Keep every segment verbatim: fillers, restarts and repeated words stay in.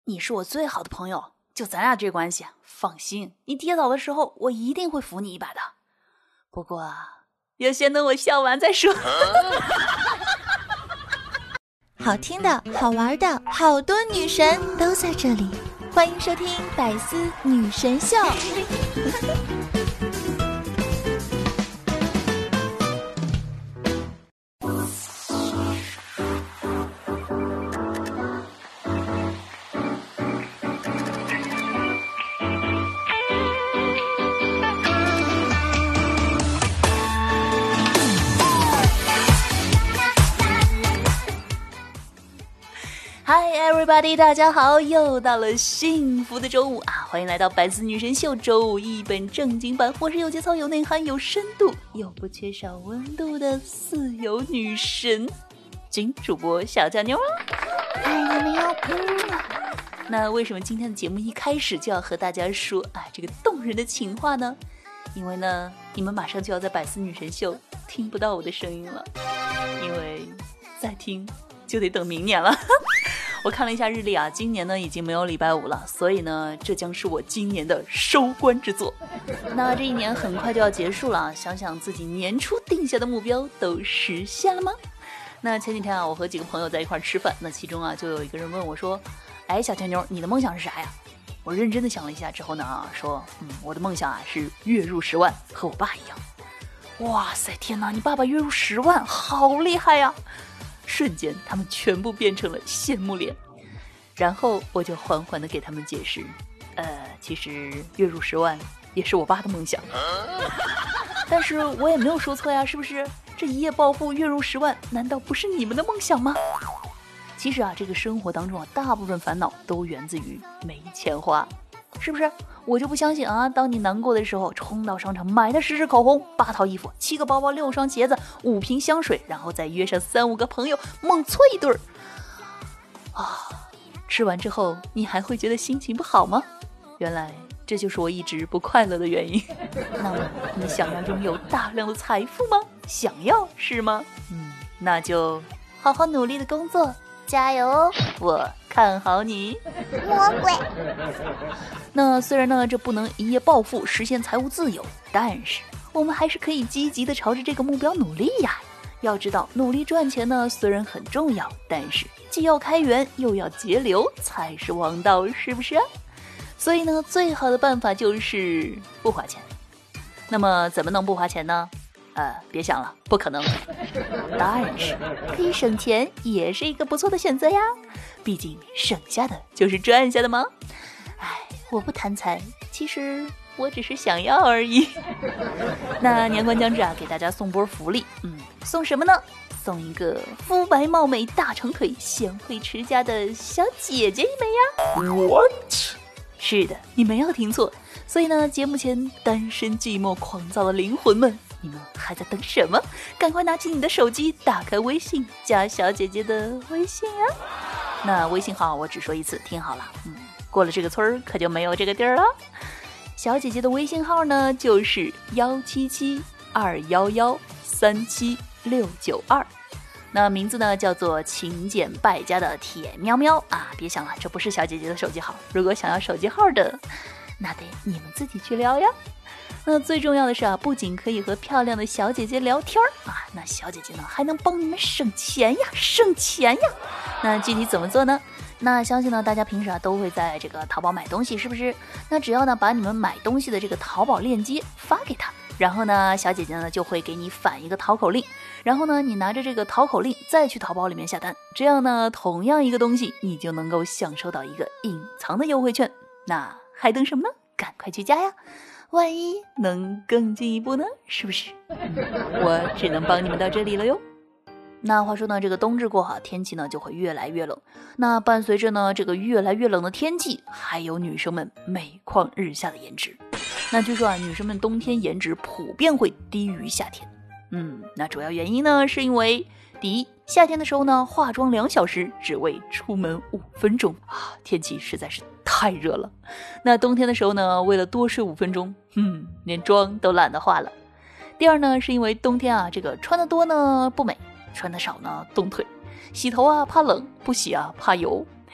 你是我最好的朋友，就咱俩这关系，放心，你跌倒的时候我一定会扶你一把的。不过啊，要先等我笑完再说。 好听的、好玩的，好多女神都在这里，欢迎收听百思女神秀。 Hi everybody， 大家好，又到了幸福的周五啊！欢迎来到百思女神秀周五一本正经版，我是有节操、有内涵、有深度又不缺少温度的自由女神金主播小娇妞。 爱你们哟！ 那为什么今天的节目一开始就要和大家说啊这个动人的情话呢？因为呢，你们马上就要在百思女神秀听不到我的声音了，因为再听就得等明年了。我看了一下日历啊，今年呢已经没有礼拜五了，所以呢这将是我今年的收官之作。那这一年很快就要结束了，想想自己年初定下的目标都实现了吗？那前几天啊，我和几个朋友在一块吃饭，那其中啊就有一个人问我说，哎，小天妞，你的梦想是啥呀？我认真的想了一下之后呢，说嗯，我的梦想啊是月入十万，和我爸一样。哇塞，天哪，你爸爸月入十万，好厉害呀！瞬间他们全部变成了羡慕脸，然后我就缓缓地给他们解释，呃，其实月入十万也是我爸的梦想，但是我也没有说错呀，是不是？这一夜暴富月入十万难道不是你们的梦想吗？其实啊，这个生活当中啊，大部分烦恼都源自于没钱花，是不是？我就不相信啊！当你难过的时候，冲到商场买了十支口红、八套衣服、七个包包、六双鞋子、五瓶香水，然后再约上三五个朋友猛搓一顿儿啊！吃完之后，你还会觉得心情不好吗？原来这就是我一直不快乐的原因。那么，你想要拥有大量的财富吗？想要是吗？嗯，那就好好努力的工作，加油哦！我看好你， 魔鬼。 那虽然呢，这不能一夜暴富实现财务自由，但是我们还是可以积极的朝着这个目标努力呀。要知道，努力赚钱呢虽然很重要，但是既要开源又要节流才是王道，是不是啊？所以呢，最好的办法就是不花钱。那么怎么能不花钱呢？呃，别想了，不可能。但是可以省钱，也是一个不错的选择呀。毕竟省下的就是赚下的嘛。哎，我不贪财，其实我只是想要而已。那年关将至啊，给大家送波福利，嗯，送什么呢？送一个肤白貌美、大长腿、贤惠持家的小姐姐一枚呀。What？ 是的，你没有听错。所以呢，节目前单身寂寞狂躁的灵魂们，你们还在等什么？赶快拿起你的手机，打开微信，加小姐姐的微信啊！那微信号我只说一次，听好了，嗯。过了这个村儿，可就没有这个地儿了。小姐姐的微信号呢，就是幺七七二幺幺三七六九二，那名字呢叫做勤俭败家的铁喵喵啊！别想了，这不是小姐姐的手机号。如果想要手机号的，那得你们自己去聊呀。那最重要的是啊，不仅可以和漂亮的小姐姐聊天啊，那小姐姐呢还能帮你们省钱呀，省钱呀！那具体怎么做呢？那相信呢，大家平时啊都会在这个淘宝买东西，是不是？那只要呢把你们买东西的这个淘宝链接发给他，然后呢小姐姐呢就会给你返一个淘口令，然后呢你拿着这个淘口令再去淘宝里面下单，这样呢同样一个东西你就能够享受到一个隐藏的优惠券。那还等什么呢？赶快去加呀！万一能更进一步呢？是不是？我只能帮你们到这里了哟。那话说呢，这个冬至过后，天气呢就会越来越冷。那伴随着呢这个越来越冷的天气，还有女生们每况日下的颜值。那据说啊，女生们冬天颜值普遍会低于夏天。嗯，那主要原因呢是因为第一，夏天的时候呢化妆两小时只为出门五分钟啊，天气实在是太热了。那冬天的时候呢，为了多睡五分钟，嗯，连妆都懒得化了。第二呢，是因为冬天啊，这个穿得多呢不美，穿得少呢冻腿，洗头啊怕冷，不洗啊怕油。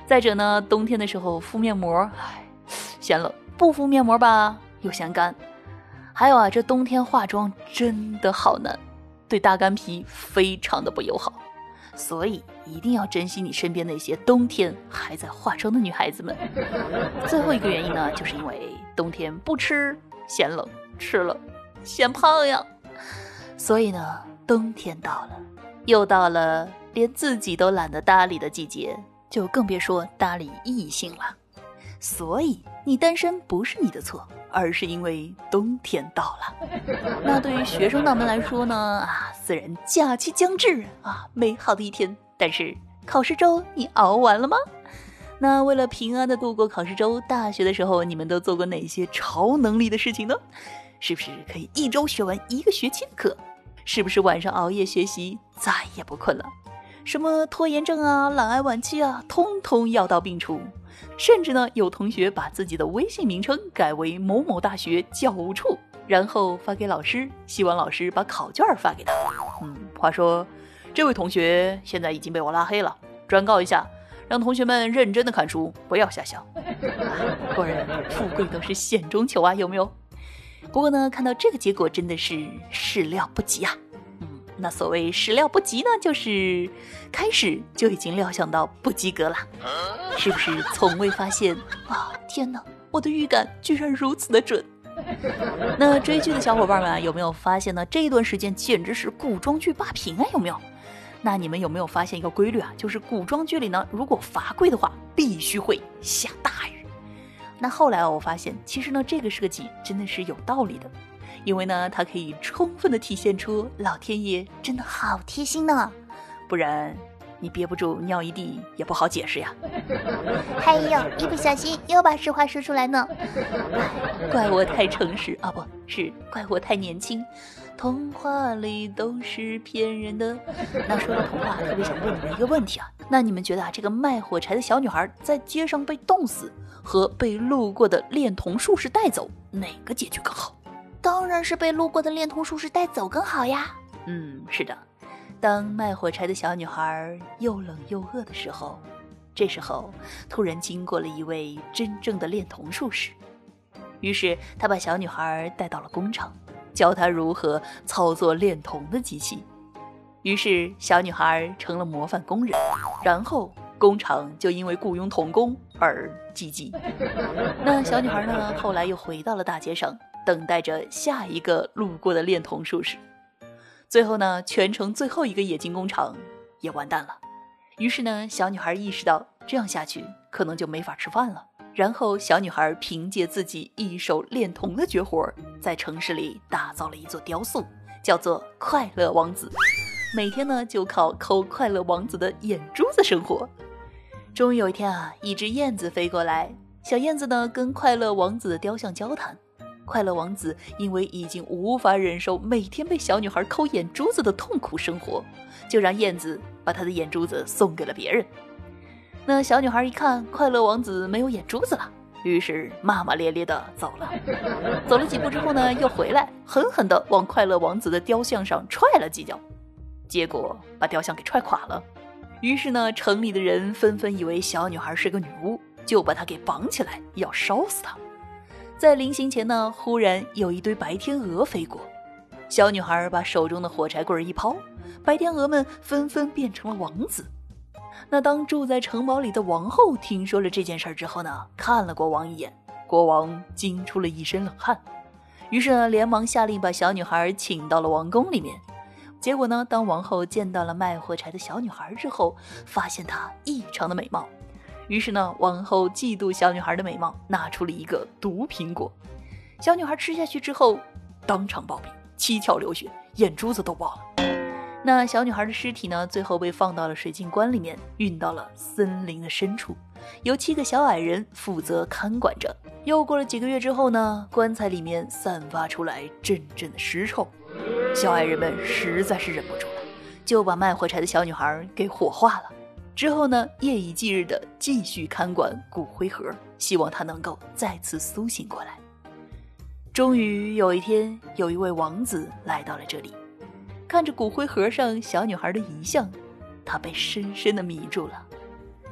再者呢，冬天的时候敷面膜，唉，嫌冷；不敷面膜吧，又嫌干。还有啊，这冬天化妆真的好难，对大干皮非常的不友好。所以一定要珍惜你身边那些冬天还在化妆的女孩子们。最后一个原因呢，就是因为冬天不吃嫌冷，吃了嫌胖呀。所以呢，冬天到了，又到了连自己都懒得搭理的季节，就更别说搭理异性了。所以你单身不是你的错，而是因为冬天到了。那对于学生党们来说呢，啊，虽然假期将至啊，美好的一天，但是考试周你熬完了吗？那为了平安的度过考试周，大学的时候你们都做过哪些超能力的事情呢？是不是可以一周学完一个学期的课？是不是晚上熬夜学习再也不困了？什么拖延症啊、懒癌晚期啊，通通药到病除。甚至呢，有同学把自己的微信名称改为某某大学教务处，然后发给老师，希望老师把考卷发给他。嗯，话说这位同学现在已经被我拉黑了，转告一下，让同学们认真的看书，不要瞎想。果然富贵都是险中求啊，有没有？不过呢，看到这个结果真的是始料不及啊。嗯，那所谓始料不及呢，就是开始就已经料想到不及格了。是不是从未发现啊？天哪，我的预感居然如此的准！那追剧的小伙伴们、啊、有没有发现呢？这一段时间简直是古装剧霸屏啊，有没有？那你们有没有发现一个规律啊？就是古装剧里呢，如果罚跪的话，必须会下大雨。那后来我发现，其实呢，这个设计真的是有道理的，因为呢，它可以充分的体现出老天爷真的好贴心呢，不然你憋不住尿一地也不好解释呀。 还有一不小心又把实话说出来呢。 怪我太诚实啊，不是怪我太年轻。童话里都是骗人的。那说到童话，特别想问你们一个问题啊，那你们觉得啊，这个卖火柴的小女孩在街上被冻死和被路过的恋童术士带走，哪个结局更好？ 当然是被路过的恋童术士带走更好呀。 嗯，是的。当卖火柴的小女孩又冷又饿的时候，这时候突然经过了一位真正的恋童术士，于是他把小女孩带到了工厂，教她如何操作恋童的机器。于是小女孩成了模范工人，然后工厂就因为雇佣童工而寂寂。那小女孩呢，后来又回到了大街上，等待着下一个路过的恋童术士。最后呢，全城最后一个冶金工厂也完蛋了。于是呢，小女孩意识到这样下去可能就没法吃饭了。然后小女孩凭借自己一手恋童的绝活，在城市里打造了一座雕塑，叫做快乐王子。每天呢就靠抠快乐王子的眼珠子生活。终于有一天啊，一只燕子飞过来，小燕子呢跟快乐王子的雕像交谈。快乐王子因为已经无法忍受每天被小女孩抠眼珠子的痛苦生活，就让燕子把他的眼珠子送给了别人。那小女孩一看快乐王子没有眼珠子了，于是骂骂咧咧的走了。走了几步之后呢，又回来狠狠地往快乐王子的雕像上踹了几脚，结果把雕像给踹垮了。于是呢，城里的人纷纷以为小女孩是个女巫，就把她给绑起来要烧死她。在临行前呢，忽然有一堆白天鹅飞过，小女孩把手中的火柴棍一抛，白天鹅们纷纷变成了王子。那当住在城堡里的王后听说了这件事之后呢，看了国王一眼，国王惊出了一身冷汗，于是呢，连忙下令把小女孩请到了王宫里面。结果呢，当王后见到了卖火柴的小女孩之后，发现她异常的美貌。于是呢，王后嫉妒小女孩的美貌，拿出了一个毒苹果。小女孩吃下去之后，当场暴毙，七窍流血，眼珠子都爆了。那小女孩的尸体呢，最后被放到了水晶棺里面，运到了森林的深处，由七个小矮人负责看管着。又过了几个月之后呢，棺材里面散发出来阵阵的尸臭，小矮人们实在是忍不住了，就把卖火柴的小女孩给火化了。之后呢，夜以继日的继续看管骨灰盒，希望她能够再次苏醒过来。终于有一天，有一位王子来到了这里，看着骨灰盒上小女孩的遗像，他被深深的迷住了。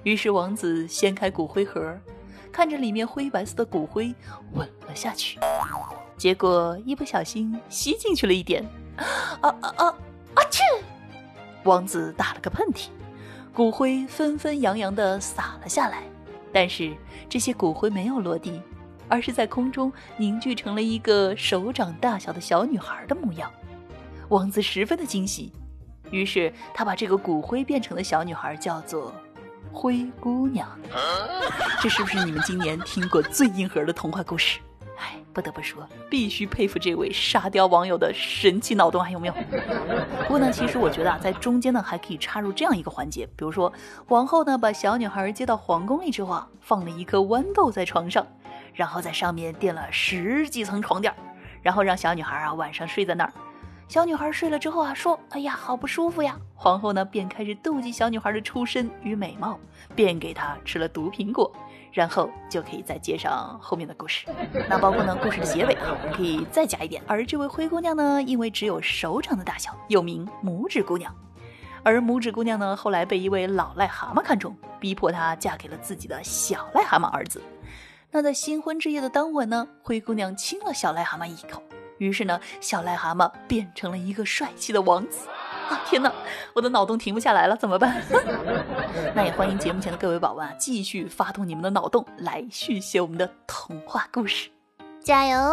于是王子掀开骨灰盒，看着里面灰白色的骨灰吻了下去，结果一不小心吸进去了一点，啊啊啊啊去！王子打了个喷嚏，骨灰纷纷扬扬地洒了下来，但是这些骨灰没有落地，而是在空中凝聚成了一个手掌大小的小女孩的模样。王子十分的惊喜，于是他把这个骨灰变成的小女孩叫做灰姑娘。这是不是你们今年听过最硬核的童话故事？哎，不得不说，必须佩服这位沙雕网友的神奇脑洞，还有没有？不过呢，其实我觉得啊，在中间呢还可以插入这样一个环节，比如说皇后呢把小女孩接到皇宫里之后啊，放了一颗豌豆在床上，然后在上面垫了十几层床垫，然后让小女孩啊晚上睡在那儿。小女孩睡了之后啊，说：“哎呀，好不舒服呀！”皇后呢便开始妒忌小女孩的出身与美貌，便给她吃了毒苹果。然后就可以再接上后面的故事。那包括呢故事的结尾啊，我们可以再加一点。而这位灰姑娘呢，因为只有手掌的大小，又名拇指姑娘。而拇指姑娘呢，后来被一位老癞蛤蟆看中，逼迫她嫁给了自己的小癞蛤蟆儿子。那在新婚之夜的当晚呢，灰姑娘亲了小癞蛤蟆一口，于是呢，小癞蛤蟆变成了一个帅气的王子。啊，天哪，我的脑洞停不下来了，怎么办？那也欢迎节目前的各位宝宝啊，继续发动你们的脑洞来续写我们的童话故事， 加油！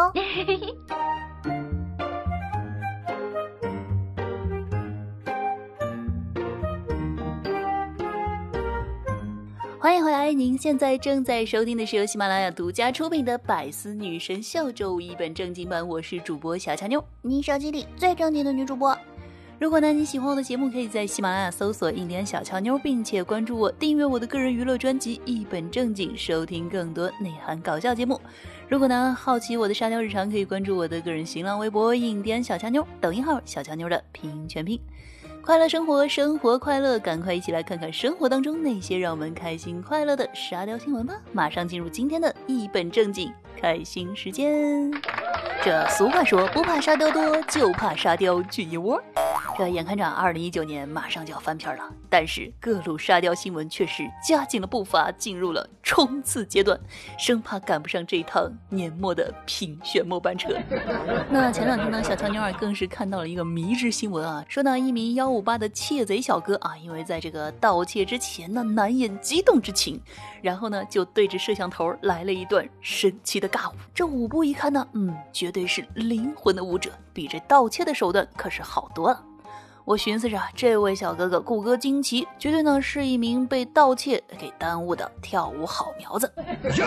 欢迎回来，您现在正在收听的是由喜马拉雅独家出品的百思女神秀周五一本正经版，我是主播小乔妞， 你手机里最正经的女主播。 如果呢你喜欢我的节目，可以在喜马拉雅搜索印第安小乔妞，并且关注我，订阅我的个人娱乐专辑一本正经，收听更多内涵搞笑节目。如果呢好奇我的沙雕日常，可以关注我的个人新浪微博印第安小乔妞，抖音号小乔妞的拼音全拼。快乐生活，生活快乐，赶快一起来看看生活当中那些让我们开心快乐的沙雕新闻吧！马上进入今天的一本正经开心时间。这俗话说，不怕沙雕多，就怕沙雕聚一窝。这眼看着二零一九年马上就要翻篇了，但是各路沙雕新闻却是加紧了步伐，进入了冲刺阶段，生怕赶不上这趟年末的评选末班车。那前两天呢，小乔妞儿更是看到了一个迷之新闻啊，说呢一名一五八的窃贼小哥啊，因为在这个盗窃之前呢难掩激动之情，然后呢就对着摄像头来了一段神奇的尬舞。这舞步一看呢，嗯，绝对是灵魂的舞者，比这盗窃的手段可是好多了。我寻思着，这位小哥哥骨骼惊奇，绝对呢是一名被盗窃给耽误的跳舞好苗子。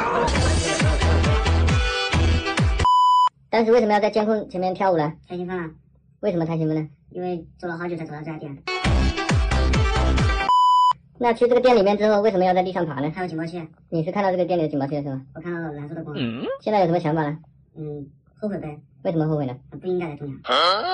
当时为什么要在监控前面跳舞呢？ 太兴奋了。 为什么太兴奋呢？ 因为走了好久才走到这家店。 那去这个店里面之后，为什么要在地上爬呢？ 还有警报器。 你是看到这个店里的警报器了是吗？ 我看到了蓝色的光。 嗯。现在有什么想法呢？ 嗯，后悔呗。 为什么后悔呢？ 不应该来中奖。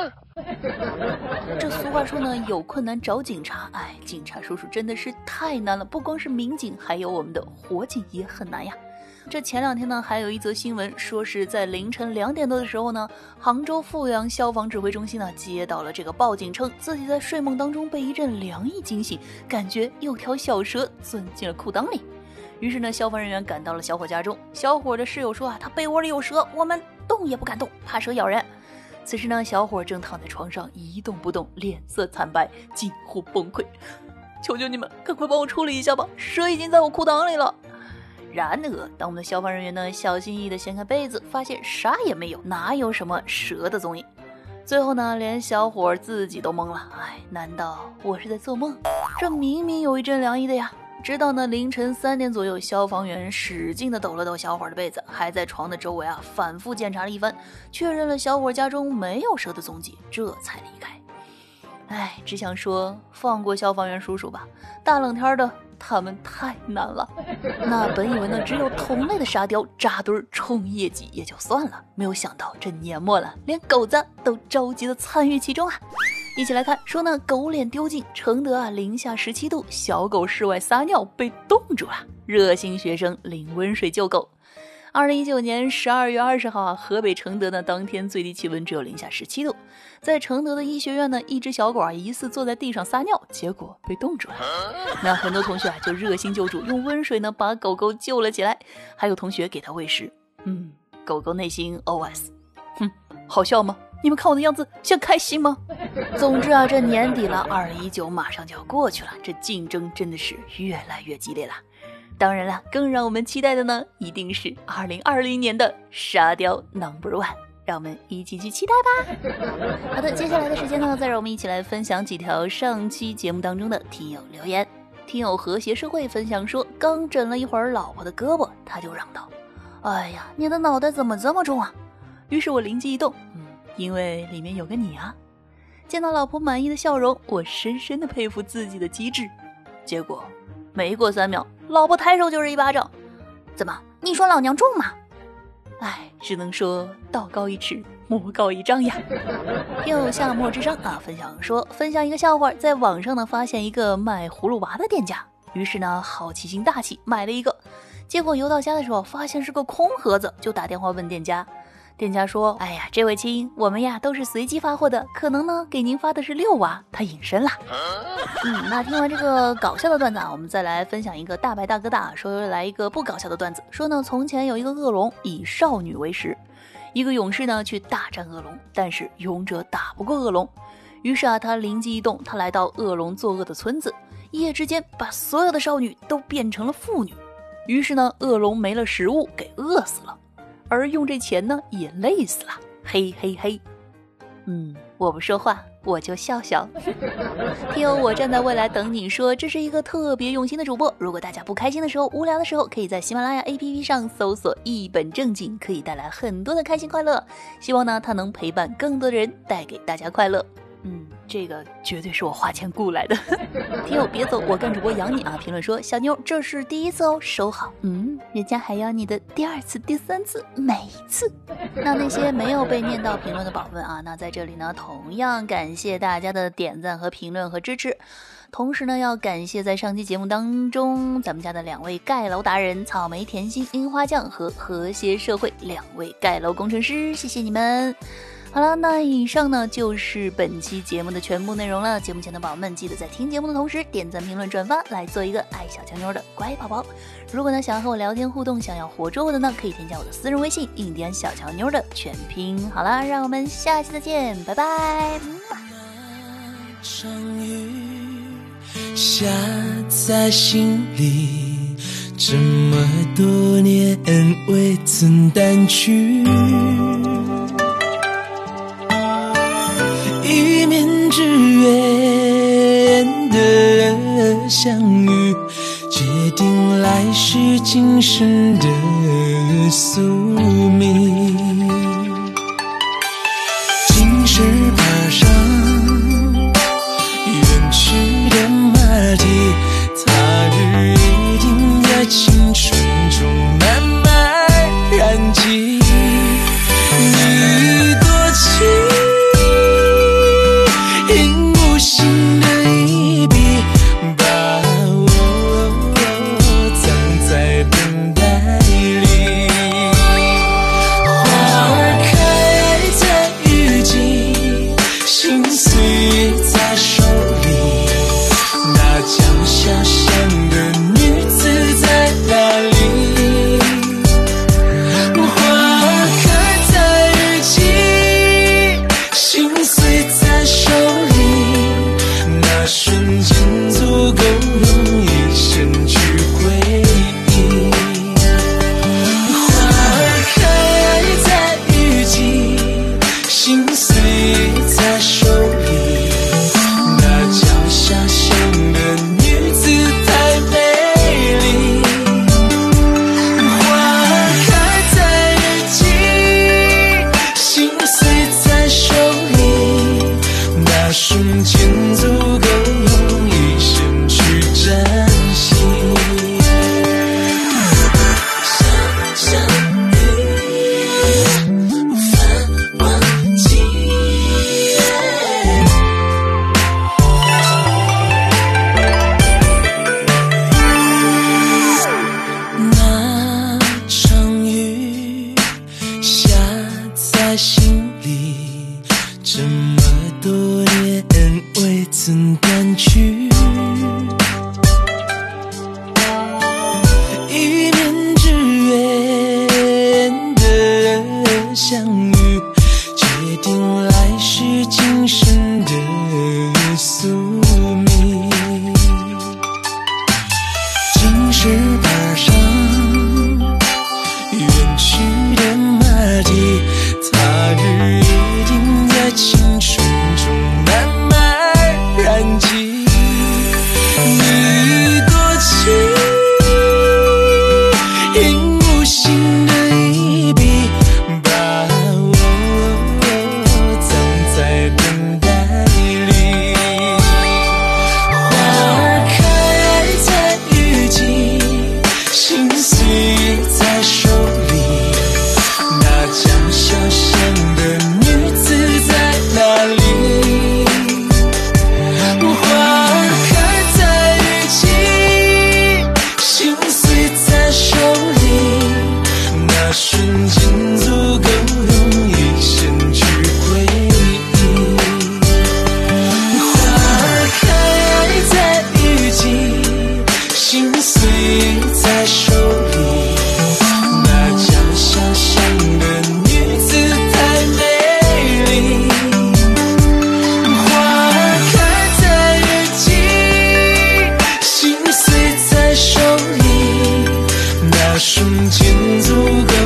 这俗话说呢，有困难找警察。哎，警察叔叔真的是太难了，不光是民警，还有我们的火警也很难呀。这前两天呢，还有一则新闻，说是在凌晨两点多的时候呢，杭州富阳消防指挥中心呢接到了这个报警，称自己在睡梦当中被一阵凉意惊醒，感觉有条小蛇钻进了裤裆里。于是呢，消防人员赶到了小伙家中。小伙的室友说啊，他被窝里有蛇，我们动也不敢动，怕蛇咬人。此时呢，小伙正躺在床上一动不动，脸色惨白，近乎崩溃。求求你们，赶快帮我处理一下吧，蛇已经在我裤裆里了。然而，当我们的消防人员呢小心翼翼地掀开被子，发现啥也没有，哪有什么蛇的踪影。最后呢，连小伙自己都懵了，哎，难道我是在做梦？这明明有一阵凉意的呀！直到呢凌晨三点左右，消防员使劲地抖了抖小伙的被子，还在床的周围啊反复检查了一番，确认了小伙家中没有蛇的踪迹，这才离开。哎，只想说放过消防员叔叔吧，大冷天的他们太难了。那本以为呢只有同类的沙雕扎堆冲业绩也就算了，没有想到这年末了，连狗子都着急的参与其中啊！一起来看，说呢狗脸丢尽，承德啊零下十七度，小狗室外撒尿被冻住了，热心学生淋温水救狗。 二零一九年十二月二十号啊，河北承德呢，当天最低气温只有零下十七度。在承德的医学院呢，一只小狗啊，疑似坐在地上撒尿，结果被冻住了。那很多同学啊，就热心救助，用温水呢把狗狗救了起来。还有同学给它喂食。嗯，狗狗内心 O S： 哼，好笑吗？你们看我的样子像开心吗？总之啊，这年底了，二零一九马上就要过去了，这竞争真的是越来越激烈了。当然了，更让我们期待的呢，一定是二零二零年的沙雕 number one， 让我们一起去期待吧。好的，接下来的时间呢，再让我们一起来分享几条上期节目当中的听友留言。听友和谐社会分享说，刚枕了一会儿老婆的胳膊，他就嚷道：哎呀，你的脑袋怎么这么重啊？于是我灵机一动，嗯，因为里面有个你啊。见到老婆满意的笑容，我深深的佩服自己的机智。结果没过三秒，老婆抬手就是一巴掌。怎么，你说老娘重吗？哎，只能说道高一尺，魔高一丈呀。听友夏末之殇啊分享说，分享一个笑话，在网上呢发现一个卖葫芦娃的店家，于是呢好奇心大起，买了一个。结果邮到家的时候发现是个空盒子，就打电话问店家。店家说，哎呀，这位亲，我们呀都是随机发货的，可能呢给您发的是六娃，他隐身了。嗯，那听完这个搞笑的段子啊，我们再来分享一个大白大哥大说来一个不搞笑的段子。说呢，从前有一个恶龙，以少女为食，一个勇士呢去大战恶龙，但是勇者打不过恶龙，于是啊他灵机一动，他来到恶龙作恶的村子，一夜之间把所有的少女都变成了妇女，于是呢恶龙没了食物，给饿死了。而用这钱呢也累死了，嘿嘿嘿。嗯，我不说话我就笑笑。听友我站在未来等你说，这是一个特别用心的主播，如果大家不开心的时候，无聊的时候，可以在喜马拉雅 A P P 上搜索一本正经，可以带来很多的开心快乐，希望呢它能陪伴更多的人，带给大家快乐。嗯，这个绝对是我花钱雇来的。听友别走，我干主播养你啊！评论说，小妞这是第一次哦，收好。嗯，人家还要你的第二次、第三次，每一次。那那些没有被念到评论的宝贝啊，那在这里呢，同样感谢大家的点赞和评论和支持。同时呢，要感谢在上期节目当中咱们家的两位盖楼达人草莓甜心、樱花酱和和谐社会两位盖楼工程师，谢谢你们。好了，那以上呢就是本期节目的全部内容了。节目前的宝宝们，记得在听节目的同时点赞、评论、转发，来做一个爱小强妞的乖宝宝。如果呢想要和我聊天互动，想要活捉我的呢，可以添加我的私人微信“印第安小强妞”的全拼。好啦，让我们下期再见，拜拜。 场雨下在心里，这么多年未曾淡去。一面之缘的相遇，决定来世今生的宿命。今世爬上远去的马蹄，他日一定在青春中慢慢燃起。你多情，因无心的一笔，把我藏在等待里。花用无形的一笔，把我藏在等待里。花儿开在雨季，心碎在手里，那叫小巷的女子在哪里？花儿开在雨季，心碎在手里，那瞬间足够容易sen去回忆。花儿开在雨季，心碎在手里，那叫小巷的女子太美丽。花儿开在雨季，心碎在手里，那瞬间足够